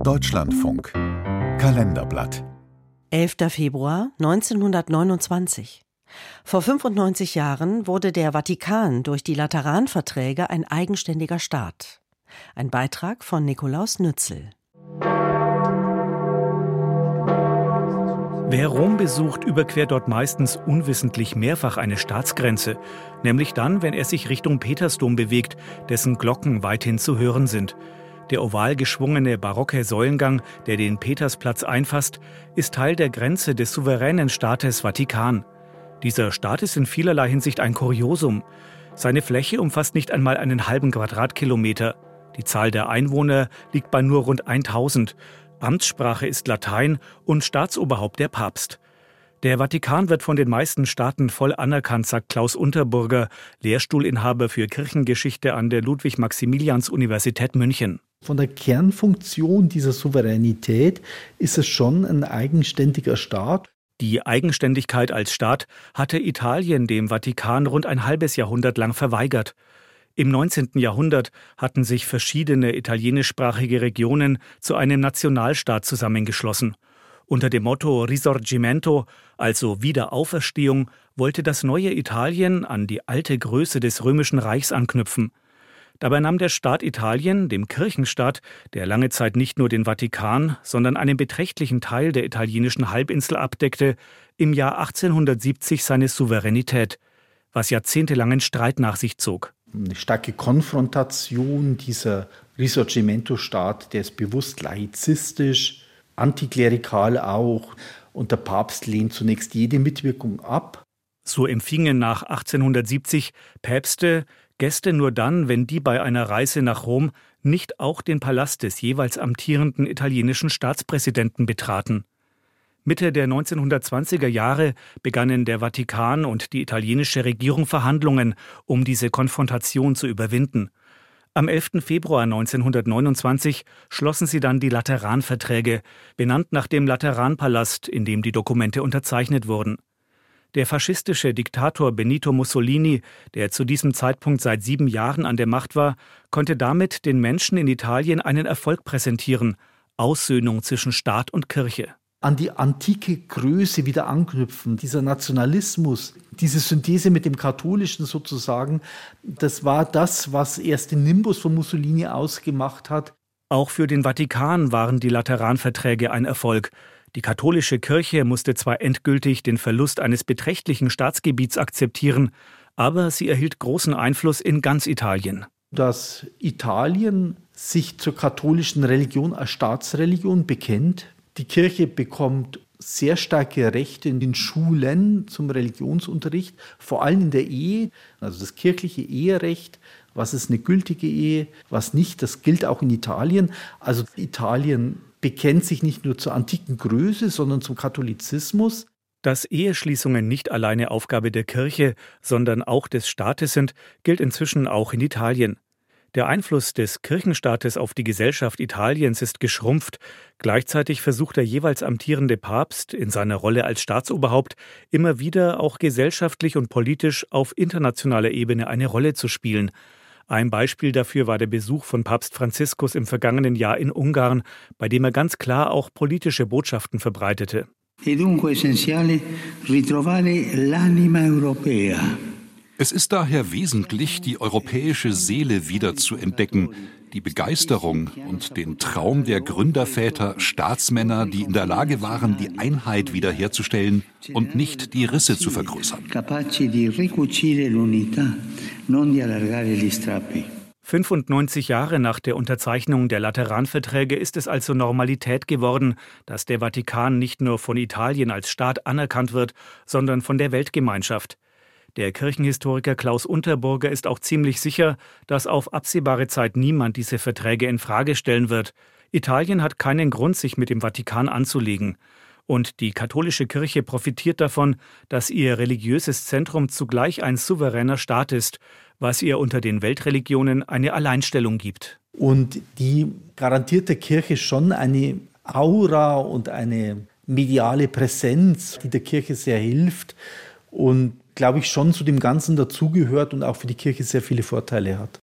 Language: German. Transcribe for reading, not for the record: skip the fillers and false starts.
Deutschlandfunk Kalenderblatt 11. Februar 1929. Vor 95 Jahren wurde der Vatikan durch die Lateranverträge ein eigenständiger Staat. Ein Beitrag von Nikolaus Nützel. Wer Rom besucht, überquert dort meistens unwissentlich mehrfach eine Staatsgrenze, nämlich dann, wenn er sich Richtung Petersdom bewegt, dessen Glocken weithin zu hören sind. Der oval geschwungene barocke Säulengang, der den Petersplatz einfasst, ist Teil der Grenze des souveränen Staates Vatikan. Dieser Staat ist in vielerlei Hinsicht ein Kuriosum. Seine Fläche umfasst nicht einmal einen halben Quadratkilometer. Die Zahl der Einwohner liegt bei nur rund 1000. Amtssprache ist Latein und Staatsoberhaupt der Papst. Der Vatikan wird von den meisten Staaten voll anerkannt, sagt Klaus Unterburger, Lehrstuhlinhaber für Kirchengeschichte an der Ludwig-Maximilians-Universität München. Von der Kernfunktion dieser Souveränität ist es schon ein eigenständiger Staat. Die Eigenständigkeit als Staat hatte Italien dem Vatikan rund ein halbes Jahrhundert lang verweigert. Im 19. Jahrhundert hatten sich verschiedene italienischsprachige Regionen zu einem Nationalstaat zusammengeschlossen. Unter dem Motto Risorgimento, also Wiederauferstehung, wollte das neue Italien an die alte Größe des Römischen Reichs anknüpfen. Dabei nahm der Staat Italien, dem Kirchenstaat, der lange Zeit nicht nur den Vatikan, sondern einen beträchtlichen Teil der italienischen Halbinsel abdeckte, im Jahr 1870 seine Souveränität, was jahrzehntelangen Streit nach sich zog. Eine starke Konfrontation, dieser Risorgimento-Staat, der ist bewusst laizistisch, antiklerikal auch, und der Papst lehnt zunächst jede Mitwirkung ab. So empfingen nach 1870 Päpste Gäste nur dann, wenn die bei einer Reise nach Rom nicht auch den Palast des jeweils amtierenden italienischen Staatspräsidenten betraten. Mitte der 1920er Jahre begannen der Vatikan und die italienische Regierung Verhandlungen, um diese Konfrontation zu überwinden. Am 11. Februar 1929 schlossen sie dann die Lateranverträge, benannt nach dem Lateranpalast, in dem die Dokumente unterzeichnet wurden. Der faschistische Diktator Benito Mussolini, der zu diesem Zeitpunkt seit 7 Jahren an der Macht war, konnte damit den Menschen in Italien einen Erfolg präsentieren: Aussöhnung zwischen Staat und Kirche. An die antike Größe wieder anknüpfen, dieser Nationalismus, diese Synthese mit dem Katholischen sozusagen, das war das, was erst den Nimbus von Mussolini ausgemacht hat. Auch für den Vatikan waren die Lateranverträge ein Erfolg. Die katholische Kirche musste zwar endgültig den Verlust eines beträchtlichen Staatsgebiets akzeptieren, aber sie erhielt großen Einfluss in ganz Italien. Dass Italien sich zur katholischen Religion als Staatsreligion bekennt. Die Kirche bekommt sehr starke Rechte in den Schulen zum Religionsunterricht, vor allem in der Ehe, also das kirchliche Eherecht. Was ist eine gültige Ehe, was nicht, das gilt auch in Italien. Also Italien bekennt sich nicht nur zur antiken Größe, sondern zum Katholizismus. Dass Eheschließungen nicht alleine Aufgabe der Kirche, sondern auch des Staates sind, gilt inzwischen auch in Italien. Der Einfluss des Kirchenstaates auf die Gesellschaft Italiens ist geschrumpft. Gleichzeitig versucht der jeweils amtierende Papst in seiner Rolle als Staatsoberhaupt immer wieder auch gesellschaftlich und politisch auf internationaler Ebene eine Rolle zu spielen. Ein Beispiel dafür war der Besuch von Papst Franziskus im vergangenen Jahr in Ungarn, bei dem er ganz klar auch politische Botschaften verbreitete. Es ist daher wesentlich, die europäische Seele wieder zu entdecken, die Begeisterung und den Traum der Gründerväter, Staatsmänner, die in der Lage waren, die Einheit wiederherzustellen und nicht die Risse zu vergrößern. 95 Jahre nach der Unterzeichnung der Lateranverträge ist es also Normalität geworden, dass der Vatikan nicht nur von Italien als Staat anerkannt wird, sondern von der Weltgemeinschaft. Der Kirchenhistoriker Klaus Unterburger ist auch ziemlich sicher, dass auf absehbare Zeit niemand diese Verträge in Frage stellen wird. Italien hat keinen Grund, sich mit dem Vatikan anzulegen. Und die katholische Kirche profitiert davon, dass ihr religiöses Zentrum zugleich ein souveräner Staat ist, was ihr unter den Weltreligionen eine Alleinstellung gibt. Und die garantiert der Kirche schon eine Aura und eine mediale Präsenz, die der Kirche sehr hilft und, glaube ich, schon zu dem Ganzen dazugehört und auch für die Kirche sehr viele Vorteile hat.